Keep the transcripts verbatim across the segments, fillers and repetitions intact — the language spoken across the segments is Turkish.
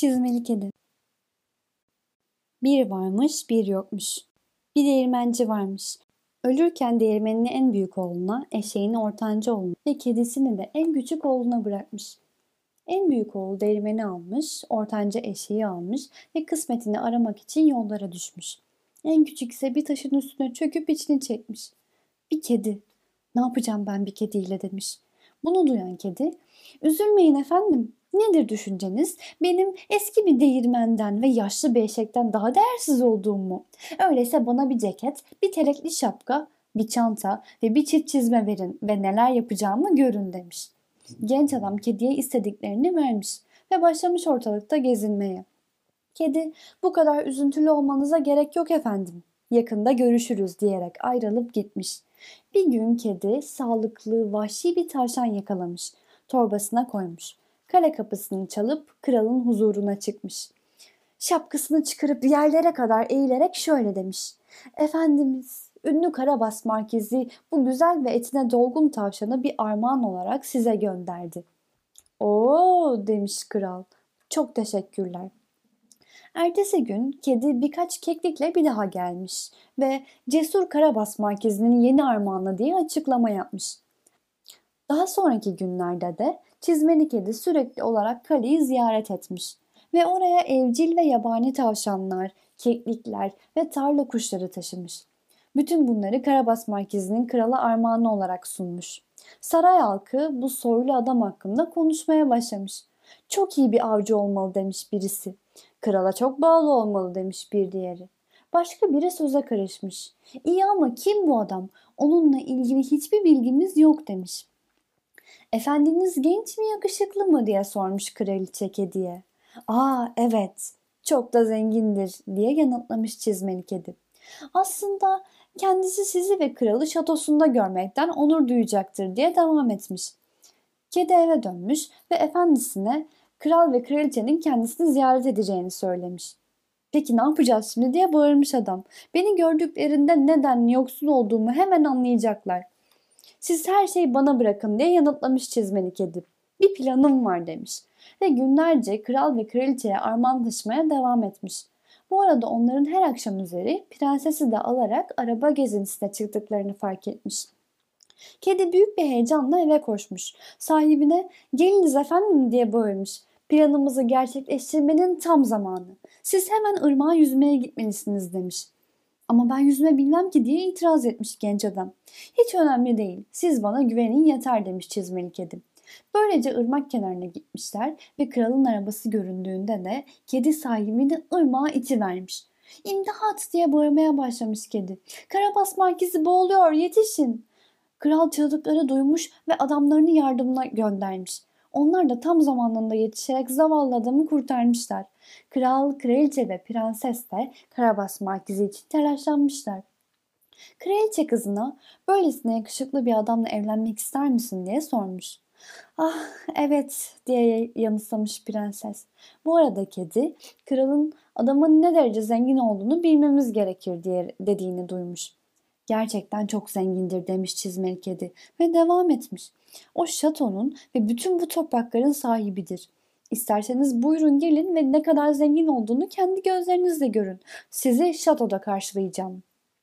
Çizmeli Kedi. Bir varmış, bir yokmuş. Bir değirmenci varmış. Ölürken değirmenini en büyük oğluna, eşeğini ortanca oğluna ve kedisini de en küçük oğluna bırakmış. En büyük oğul değirmeni almış, ortanca eşeği almış ve kısmetini aramak için yollara düşmüş. En küçük ise bir taşın üstüne çöküp içini çekmiş. Bir kedi. Ne yapacağım ben bir kediyle demiş. Bunu duyan kedi, üzülmeyin efendim. Nedir düşünceniz? Benim eski bir değirmenden ve yaşlı bir eşekten daha değersiz olduğum mu? Öyleyse bana bir ceket, bir telekli şapka, bir çanta ve bir çift çizme verin ve neler yapacağımı görün demiş. Genç adam kediye istediklerini vermiş ve başlamış ortalıkta gezinmeye. Kedi, bu kadar üzüntülü olmanıza gerek yok efendim. Yakında görüşürüz diyerek ayrılıp gitmiş. Bir gün kedi sağlıklı, vahşi bir tavşan yakalamış. Torbasına koymuş. Kale kapısını çalıp kralın huzuruna çıkmış. Şapkasını çıkarıp yerlere kadar eğilerek şöyle demiş. Efendimiz, ünlü Karabas Markezi bu güzel ve etine dolgun tavşanı bir armağan olarak size gönderdi. Oo demiş kral. Çok teşekkürler. Ertesi gün kedi birkaç keklikle bir daha gelmiş ve Cesur Karabas Merkezi'nin yeni armağanı diye açıklama yapmış. Daha sonraki günlerde de Çizmeli Kedi sürekli olarak kaleyi ziyaret etmiş ve oraya evcil ve yabani tavşanlar, keklikler ve tarla kuşları taşımış. Bütün bunları Karabas Merkezi'nin krala armağanı olarak sunmuş. Saray halkı bu soylu adam hakkında konuşmaya başlamış. Çok iyi bir avcı olmalı demiş birisi. Krala çok bağlı olmalı demiş bir diğeri. Başka biri söze karışmış. İyi ama kim bu adam? Onunla ilgili hiçbir bilgimiz yok demiş. Efendiniz genç mi yakışıklı mı diye sormuş kraliçe kediye. Aa evet çok da zengindir diye yanıtlamış Çizmeli Kedi. Aslında kendisi sizi ve kralı şatosunda görmekten onur duyacaktır diye devam etmiş. Kedi eve dönmüş ve efendisine kral ve kraliçenin kendisini ziyaret edeceğini söylemiş. Peki ne yapacağız şimdi diye bağırmış adam. Beni gördüklerinde neden yoksul olduğumu hemen anlayacaklar. Siz her şeyi bana bırakın diye yanıtlamış Çizmeli Kedi. Bir planım var demiş. Ve günlerce kral ve kraliçeye armağan taşımaya devam etmiş. Bu arada onların her akşam üzeri prensesi de alarak araba gezintisine çıktıklarını fark etmiş. Kedi büyük bir heyecanla eve koşmuş. Sahibine geliniz efendim diye bağırmış. Planımızı gerçekleştirmenin tam zamanı. Siz hemen ırmağa yüzmeye gitmelisiniz demiş. Ama ben yüzme bilmem ki diye itiraz etmiş genç adam. Hiç önemli değil. Siz bana güvenin yeter demiş Çizmeli Kedi. Böylece ırmak kenarına gitmişler ve kralın arabası göründüğünde de kedi sahibini ırmağa itivermiş. İmdat diye bağırmaya başlamış kedi. Karabas Markizi boğuluyor yetişin. Kral çığlıkları duymuş ve adamlarını yardımına göndermiş. Onlar da tam zamanında yetişerek zavallı adamı kurtarmışlar. Kral, kraliçe ve prenses de Karabas Markizi için telaşlanmışlar. Kraliçe kızına böylesine yakışıklı bir adamla evlenmek ister misin diye sormuş. Ah evet diye yanıtlamış prenses. Bu arada kedi kralın adamın ne derece zengin olduğunu bilmemiz gerekir diye dediğini duymuş. Gerçekten çok zengindir demiş Çizmeli Kedi ve devam etmiş. O şatonun ve bütün bu toprakların sahibidir. İsterseniz buyurun gelin ve ne kadar zengin olduğunu kendi gözlerinizle görün. Sizi şatoda karşılayacağım.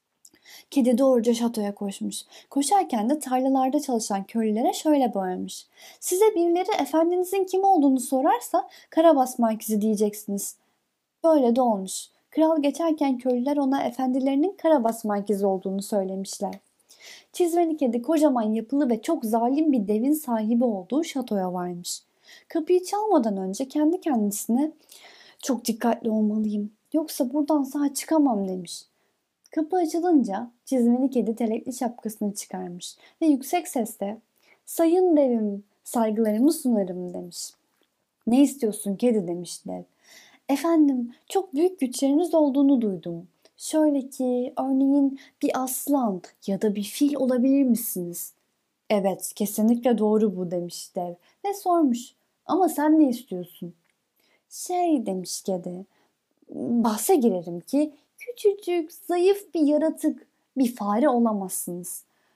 Kedi doğruca şatoya koşmuş. Koşarken de tarlalarda çalışan köylülere şöyle bağırmış. Size birileri efendinizin kim olduğunu sorarsa Karabas Markizi diyeceksiniz. Böyle de olmuş. Kral geçerken köylüler ona efendilerinin Karabas Markizi olduğunu söylemişler. Çizmeli Kedi kocaman yapılı ve çok zalim bir devin sahibi olduğu şatoya varmış. Kapıyı çalmadan önce kendi kendisine çok dikkatli olmalıyım yoksa buradan sağ çıkamam demiş. Kapı açılınca Çizmeli Kedi telekli şapkasını çıkarmış ve yüksek sesle "Sayın devim, saygılarımı sunarım" demiş. "Ne istiyorsun kedi?" demiş dev. "Efendim, çok büyük güçleriniz olduğunu duydum. Şöyle ki, örneğin bir aslan ya da bir fil olabilir misiniz?" "Evet, kesinlikle doğru bu" demiş dev ve sormuş. "Ama sen ne istiyorsun?" "Şey" demiş kedi, "bahse girerim ki küçücük, zayıf bir yaratık, bir fare olamazsınız.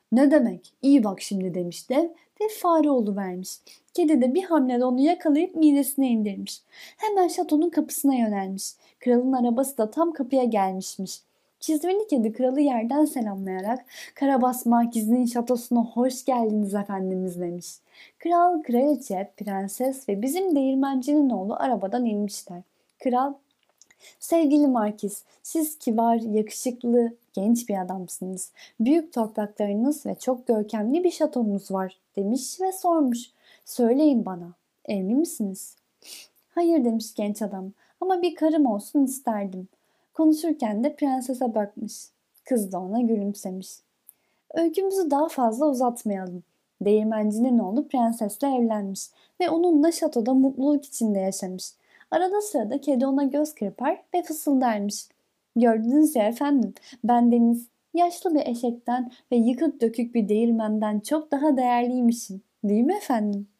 Ne demek? İyi bak şimdi demiş dev ve fare oluvermiş. Kedi de bir hamlede onu yakalayıp midesine indirmiş. Hemen şatonun kapısına yönelmiş. Kralın arabası da tam kapıya gelmişmiş. Çizmeli kedi kralı yerden selamlayarak Karabasmak Gizli'nin şatosuna hoş geldiniz efendimiz demiş. Kral, kraliçe, prenses ve bizim değirmencinin oğlu arabadan inmişler. Kral, sevgili Markiz, siz kibar, yakışıklı, genç bir adamsınız. Büyük topraklarınız ve çok görkemli bir şatonuz var demiş ve sormuş. Söyleyin bana, evli misiniz? Hayır demiş genç adam ama bir karım olsun isterdim. Konuşurken de prensese bakmış. Kız da ona gülümsemiş. Öykümüzü daha fazla uzatmayalım. Değirmencinin oğlu prensesle evlenmiş ve onunla şatoda mutluluk içinde yaşamış. Arada sırada kedi ona göz kırpar ve fısıldarmış. Gördünüz ya efendim, ben Deniz yaşlı bir eşekten ve yıkık dökük bir değirmenden çok daha değerliymişim. Değil mi efendim?